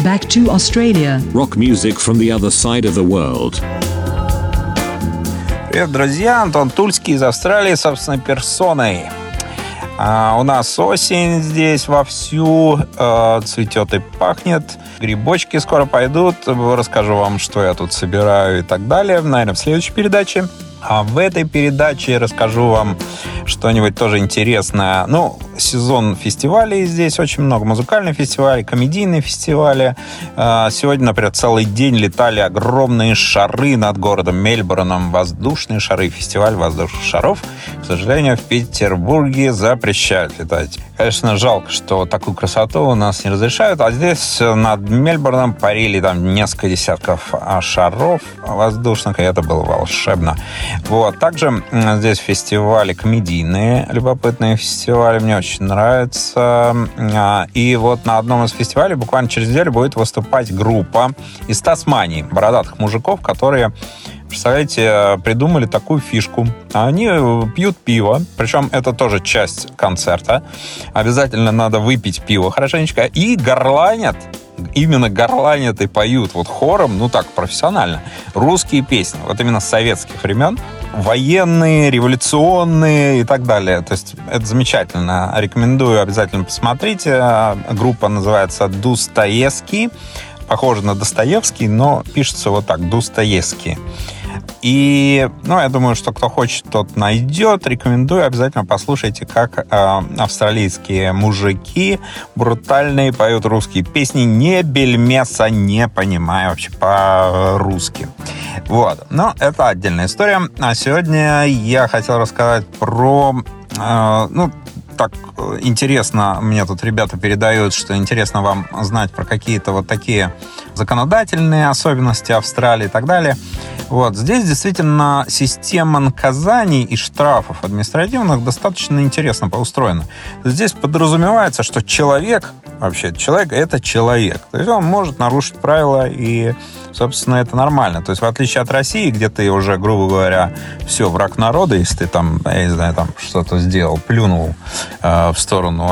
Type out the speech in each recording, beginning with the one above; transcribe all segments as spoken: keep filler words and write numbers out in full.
back to Australia. Rock music from the other side of the world. Привет, друзья! Антон Тульский из Австралии собственной персоной. А у нас осень здесь вовсю, э, цветет и пахнет. Грибочки скоро пойдут. Расскажу вам, что я тут собираю и так далее, наверное, в следующей передаче. А в этой передаче расскажу вам что-нибудь тоже интересное. Ну, сезон фестивалей здесь очень много. Музыкальные фестивали, комедийные фестивали. Сегодня, например, целый день летали огромные шары над городом Мельбурном. Воздушные шары. Фестиваль воздушных шаров. К сожалению, в Петербурге запрещают летать. Конечно, жалко, что такую красоту у нас не разрешают. А здесь над Мельбурном парили там несколько десятков шаров воздушных. И это было волшебно. Вот. Также здесь фестивали комедийные, любопытные фестивали. Мне очень нравится. И вот на одном из фестивалей буквально через неделю будет выступать группа из Тасмании, бородатых мужиков, которые, представляете, придумали такую фишку. Они пьют пиво, причем это тоже часть концерта. Обязательно надо выпить пиво хорошенечко. И горланят, именно горланят и поют вот хором, ну так, профессионально, русские песни. Вот именно с советских времен. Военные, революционные и так далее. То есть это замечательно. Рекомендую, обязательно посмотрите. Группа называется Достоевский. Похоже на Достоевский, но пишется вот так, Достоевский. И, ну, я думаю, что кто хочет, тот найдет. Рекомендую, обязательно послушайте, как э, австралийские мужики брутальные поют русские песни, не бельмеса, не понимая вообще по-русски. Вот. Но это отдельная история. А сегодня я хотел рассказать про... Э, ну, так интересно, мне тут ребята передают, что интересно вам знать про какие-то вот такие законодательные особенности Австралии и так далее. Вот. Здесь действительно система наказаний и штрафов административных достаточно интересно устроена. Здесь подразумевается, что человек, вообще человек — это человек. То есть он может нарушить правила, и, собственно, это нормально. То есть в отличие от России, где ты уже, грубо говоря, все, враг народа, если ты там, я не знаю, там что-то сделал, плюнул э, в сторону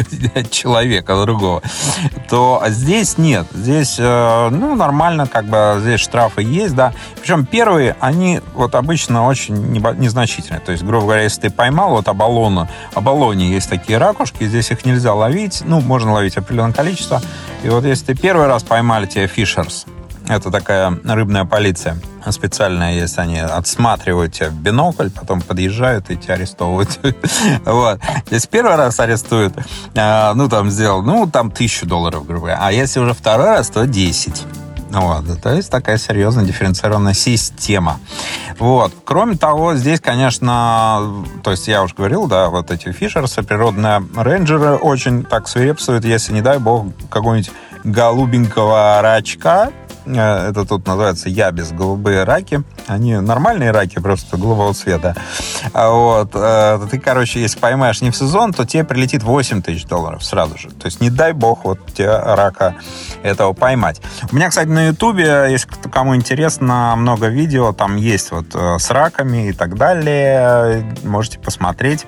человека другого, то здесь нет. Здесь, ну, нормально, как бы, здесь штрафы есть, да. Причем первые, они вот обычно очень незначительные. То есть, грубо говоря, если ты поймал вот оболону, оболоне есть такие ракушки, здесь их нельзя ловить, ну, можно ловить определенное количество. И вот если ты первый раз поймали тебя фишерс, это такая рыбная полиция специальная есть, они отсматривают тебя в бинокль, потом подъезжают и тебя арестовывают. Вот. Если первый раз арестуют, ну, там сделал, ну, там тысячу долларов, грубо говоря. А если уже второй раз, то десять. Вот. То есть такая серьезная дифференцированная система. Вот. Кроме того, здесь, конечно, то есть я уже говорил, да, вот эти фишерсы, природные рейнджеры очень так свирепствуют, если, не дай бог, какого-нибудь голубенького рачка, это тут называется ябис, голубые раки. Они нормальные раки, просто голубого цвета. Вот. Ты, короче, если поймаешь не в сезон, то тебе прилетит восемь тысяч долларов сразу же. То есть, не дай бог, вот тебе рака этого поймать. У меня, кстати, на Ютубе, если кому интересно, много видео там есть вот с раками и так далее. Можете посмотреть,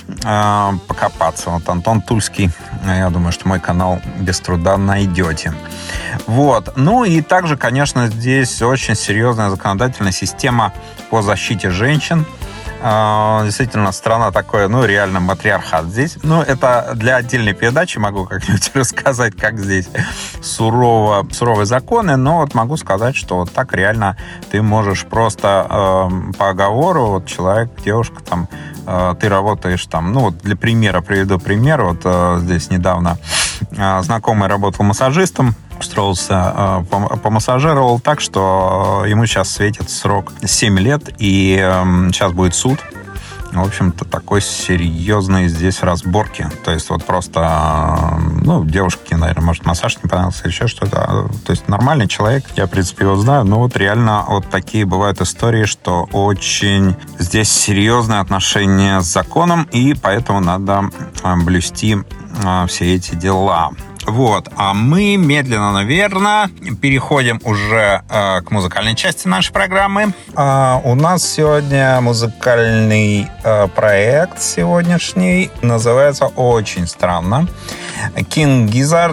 покопаться. Вот Антон Тульский. Я думаю, что мой канал без труда найдете. Вот. Ну и также, конечно, здесь очень серьезная законодательная система по защите женщин. Действительно, страна такое, ну, реально матриархат здесь. Ну, это для отдельной передачи могу как-нибудь рассказать, как здесь сурово, суровые законы, но вот могу сказать, что вот так реально ты можешь просто э, по оговору, вот человек, девушка, там, э, ты работаешь там, ну, вот для примера, приведу пример, вот э, здесь недавно э, знакомый работал массажистом, устроился, помассажировал так, что ему сейчас светит срок семь лет, и сейчас будет суд. В общем-то, такой серьезные здесь разборки. То есть вот просто, ну, девушке, наверное, может, массаж не понравился или еще что-то. То есть нормальный человек, я, в принципе, его знаю, но вот реально вот такие бывают истории, что очень здесь серьезные отношения с законом, и поэтому надо блюсти все эти дела. Вот, а мы медленно, наверное, переходим уже э, к музыкальной части нашей программы. Э, у нас сегодня музыкальный э, проект сегодняшний, называется очень странно King Gizzard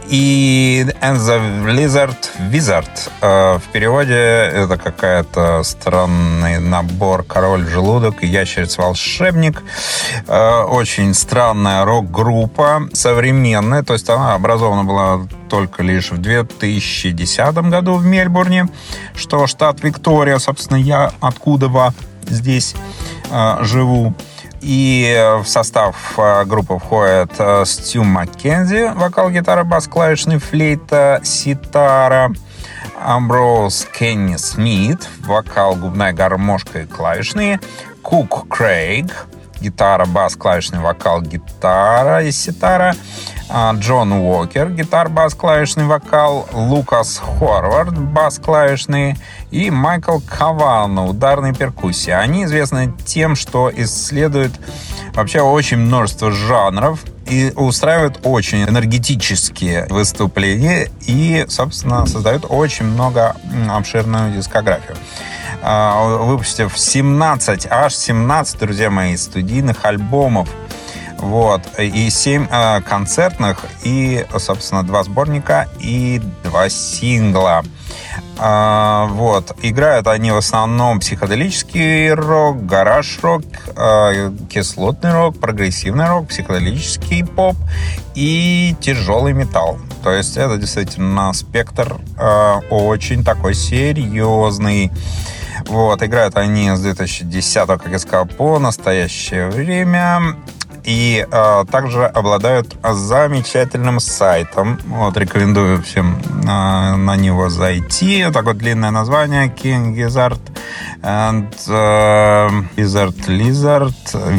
И And the Lizard Wizard. В переводе это какая-то странный набор «Король-желудок» и «Ящерица-волшебник». Очень странная рок-группа, современная. То есть она образована была только лишь в две тысячи десятом году в Мельбурне, что штат Виктория. Собственно, я откуда здесь живу. И в состав группы входят Стю Маккензи, вокал, гитара, бас, клавишный, флейта, ситара, Амброуз Кенни Смит, вокал, губная гармошка и клавишные, Кук Крейг, гитара, бас, клавишный, вокал, гитара и ситара, Джон Уокер, гитар, бас, клавишный, вокал, Лукас Хорвард, бас, клавишный, и Майкл Кавана, ударные перкуссии. Они известны тем, что исследуют вообще очень множество жанров и устраивают очень энергетические выступления и, собственно, создают очень много обширную дискографию. Выпустив семнадцать, аж семнадцать, друзья мои, студийных альбомов. Вот. И семь э, концертных, и, собственно, два сборника и два сингла. Э, вот. Играют они в основном психоделический рок, гараж-рок, э, кислотный рок, прогрессивный рок, психоделический поп и тяжелый металл. То есть это действительно спектр э, очень такой серьезный. Вот. Играют они с две тысячи десятого, как я сказал, по настоящее время. И э, также обладают замечательным сайтом. Вот, рекомендую всем э, на него зайти. Такое длинное название: King Gizzard and uh, Wizard Lizard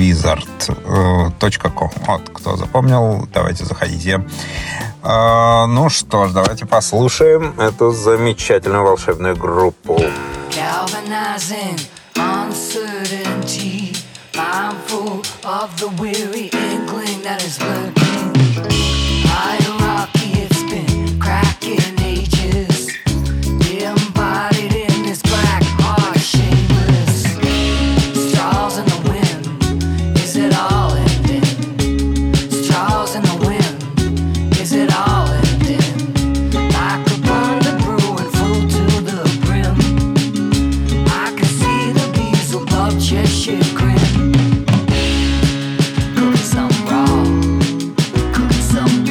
Wizard точка ком. Вот, кто запомнил, давайте заходите. Э, ну что ж, давайте послушаем эту замечательную волшебную группу. Galvanizing uncertainty, mindful of the weary inkling that is lurking. Hierarchy, it's been cracking ages, embodied in this black heart, shameless. Straws in the wind, is it all ending? Straws in the wind, is it all ending? Like a bundle brewing full to the brim, I can see the bees above Cheshire Grin. Cooking some raw, cooking some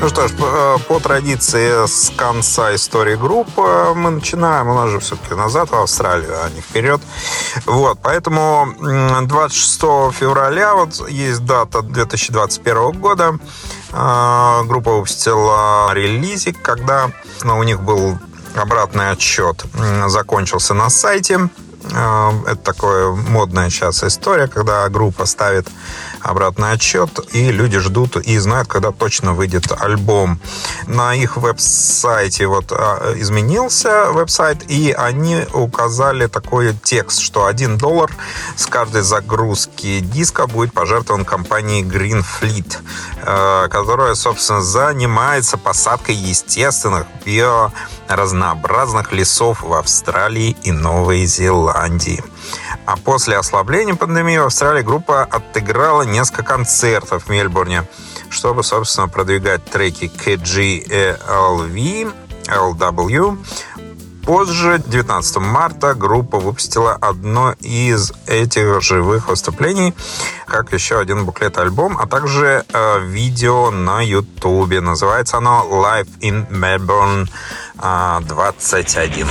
Ну что ж, по, по традиции с конца истории группы мы начинаем. У нас же все-таки назад в Австралию, а не вперед. Вот, поэтому двадцать шестого февраля, вот есть дата две тысячи двадцать первого года, группа выпустила релизик, когда ну, у них был обратный отсчет, закончился на сайте. Это такая модная сейчас история, когда группа ставит обратный отсчет, и люди ждут и знают, когда точно выйдет альбом. На их веб-сайте вот изменился веб-сайт, и они указали такой текст, что один доллар с каждой загрузки диска будет пожертвован компанией Green Fleet, которая, собственно, занимается посадкой естественных биоразнообразных лесов в Австралии и Новой Зеландии. А после ослабления пандемии в Австралии группа отыграла несколько концертов в Мельбурне, чтобы, собственно, продвигать треки кей джи эл ви, эл дабл ю. Позже, девятнадцатого марта, группа выпустила одно из этих живых выступлений, как еще один буклет-альбом, а также э, видео на Ютубе. Называется оно «Live in Melbourne э, двадцать один».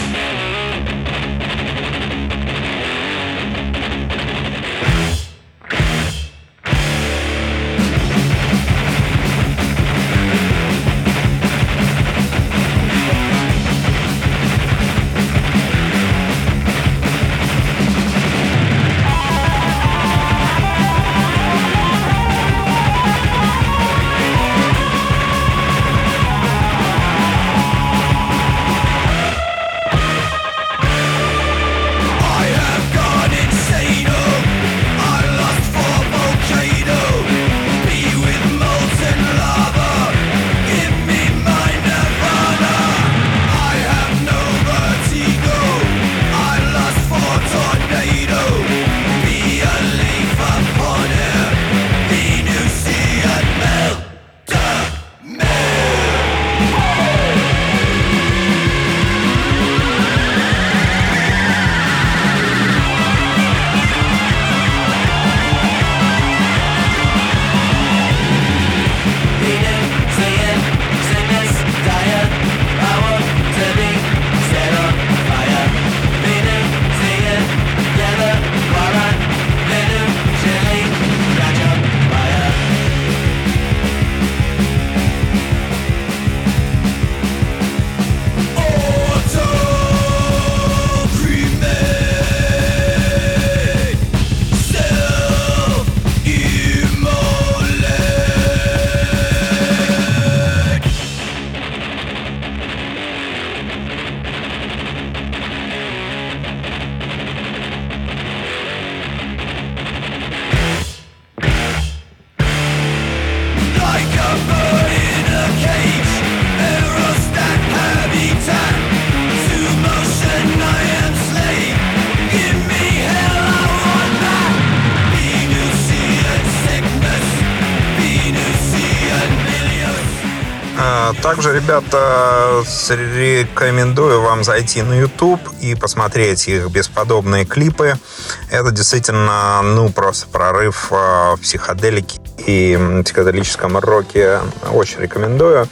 Также, ребята, рекомендую вам зайти на YouTube и посмотреть их бесподобные клипы. Это действительно, ну, просто прорыв в психоделике и психоделическом роке. Очень рекомендую.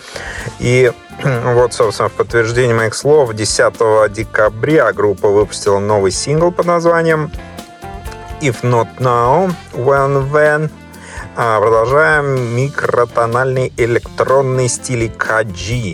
И вот, собственно, в подтверждение моих слов, десятого декабря группа выпустила новый сингл под названием «If Not Now, When Then». Продолжаем микротональный электронный стиль кей джи.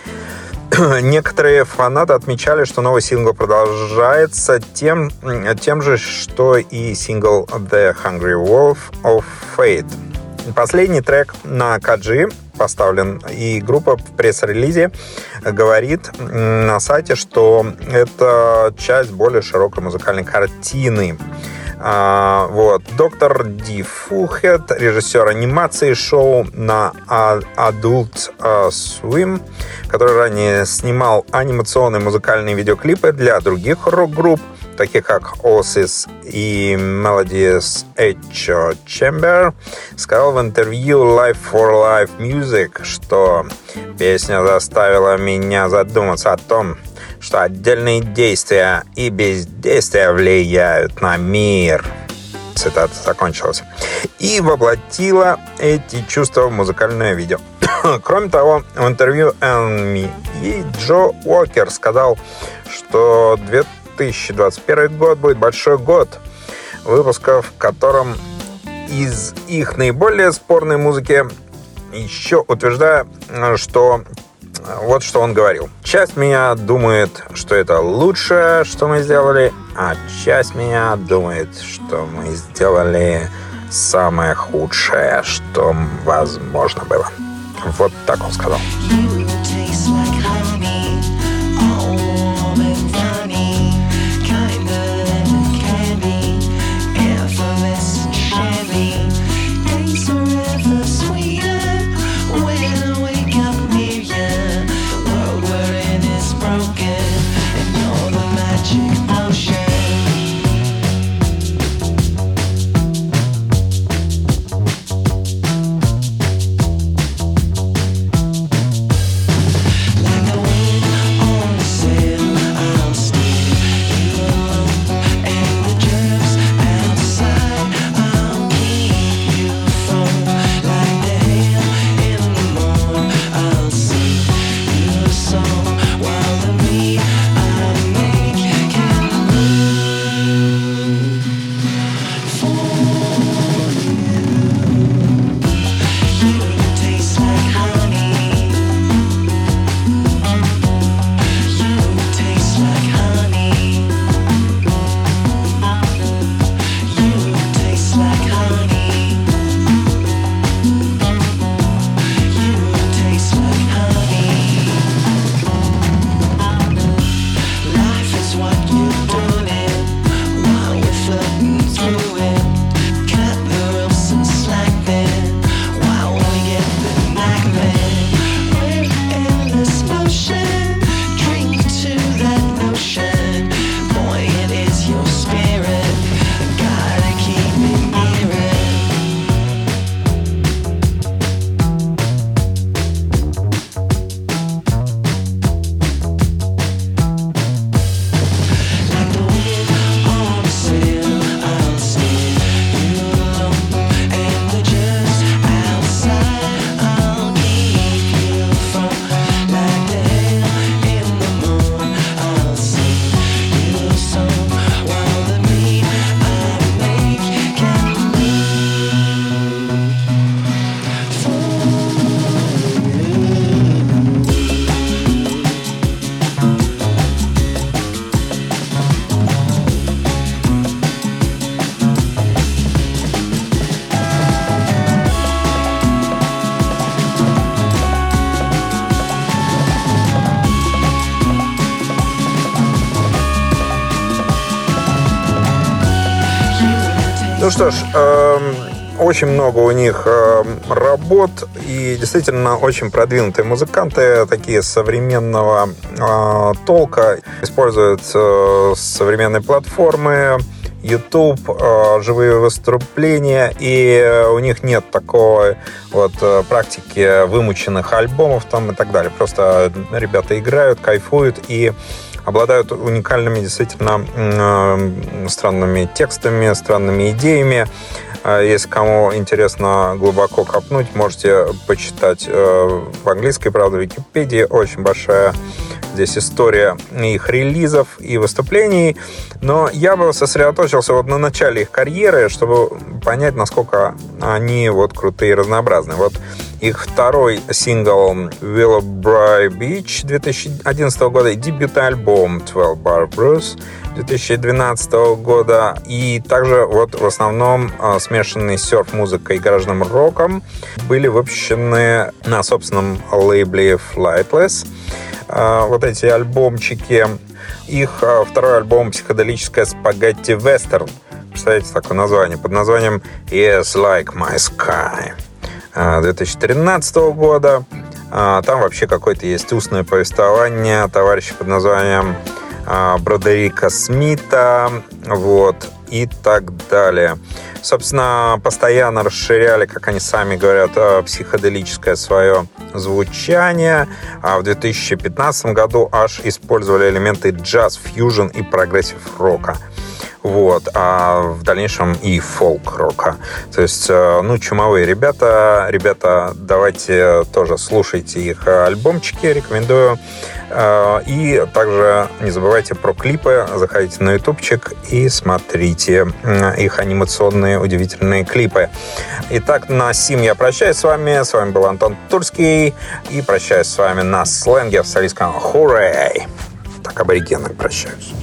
Некоторые фанаты отмечали, что новый сингл продолжается тем, тем же, что и сингл The Hungry Wolf of Fate. Последний трек на кей джи поставлен, и группа в пресс-релизе говорит на сайте, что это часть более широкой музыкальной картины. А, вот. Доктор Ди Фулхед, режиссер анимации шоу на Adult Swim, который ранее снимал анимационные музыкальные видеоклипы для других рок-групп, таких как Oasis и Melodious Echo Chamber, сказал в интервью Life for Life Music, что песня заставила меня задуматься о том, что отдельные действия и бездействия влияют на мир. Цитата закончилась. И воплотила эти чувства в музыкальное видео. Кроме того, в интервью эн эм и Джо Уокер сказал, что две тысячи двадцать первый год будет большой год выпусков, в котором из их наиболее спорной музыки, еще утверждая, что вот что он говорил. Часть меня думает, что это лучшее, что мы сделали, а часть меня думает, что мы сделали самое худшее, что возможно было. Вот так он сказал. Ну что ж, э, очень много у них э, работ, и действительно очень продвинутые музыканты, такие современного э, толка, используют э, современные платформы, YouTube, э, живые выступления, и у них нет такой вот практики вымученных альбомов там и так далее. Просто ребята играют, кайфуют и обладают уникальными, действительно э, странными текстами, странными идеями. Э, если кому интересно глубоко копнуть, можете почитать э, в английской, правда, в Википедии. Очень большая здесь история их релизов и выступлений. Но я бы сосредоточился вот на начале их карьеры, чтобы понять, насколько они вот крутые и разнообразные. Вот их второй сингл Willowbray Beach две тысячи одиннадцатого года и дебютный альбом twelve Bar Blues две тысячи двенадцатого года. И также вот в основном смешанные с серф-музыкой и гаражным роком были выпущены на собственном лейбле Flightless. Вот эти альбомчики. Их второй альбом «Психоделическая спагетти вестерн». Представляете такое название? Под названием Yes Like My Sky две тысячи тринадцатого года. Там вообще какое-то есть устное повествование товарища под названием Бродерика Смита, вот, и так далее. Собственно, постоянно расширяли, как они сами говорят, психоделическое свое звучание. А в две тысячи пятнадцатом году аж использовали элементы джаз, фьюжн и прогрессив рока. Вот, а в дальнейшем и фолк-рока. То есть, ну, чумовые ребята. Ребята, давайте тоже слушайте их альбомчики, рекомендую. И также не забывайте про клипы. Заходите на ютубчик и смотрите их анимационные удивительные клипы. Итак, на сим я прощаюсь с вами. С вами был Антон Тульский. И прощаюсь с вами на сленге австралийском «Hooray!». Так аборигены прощаюсь.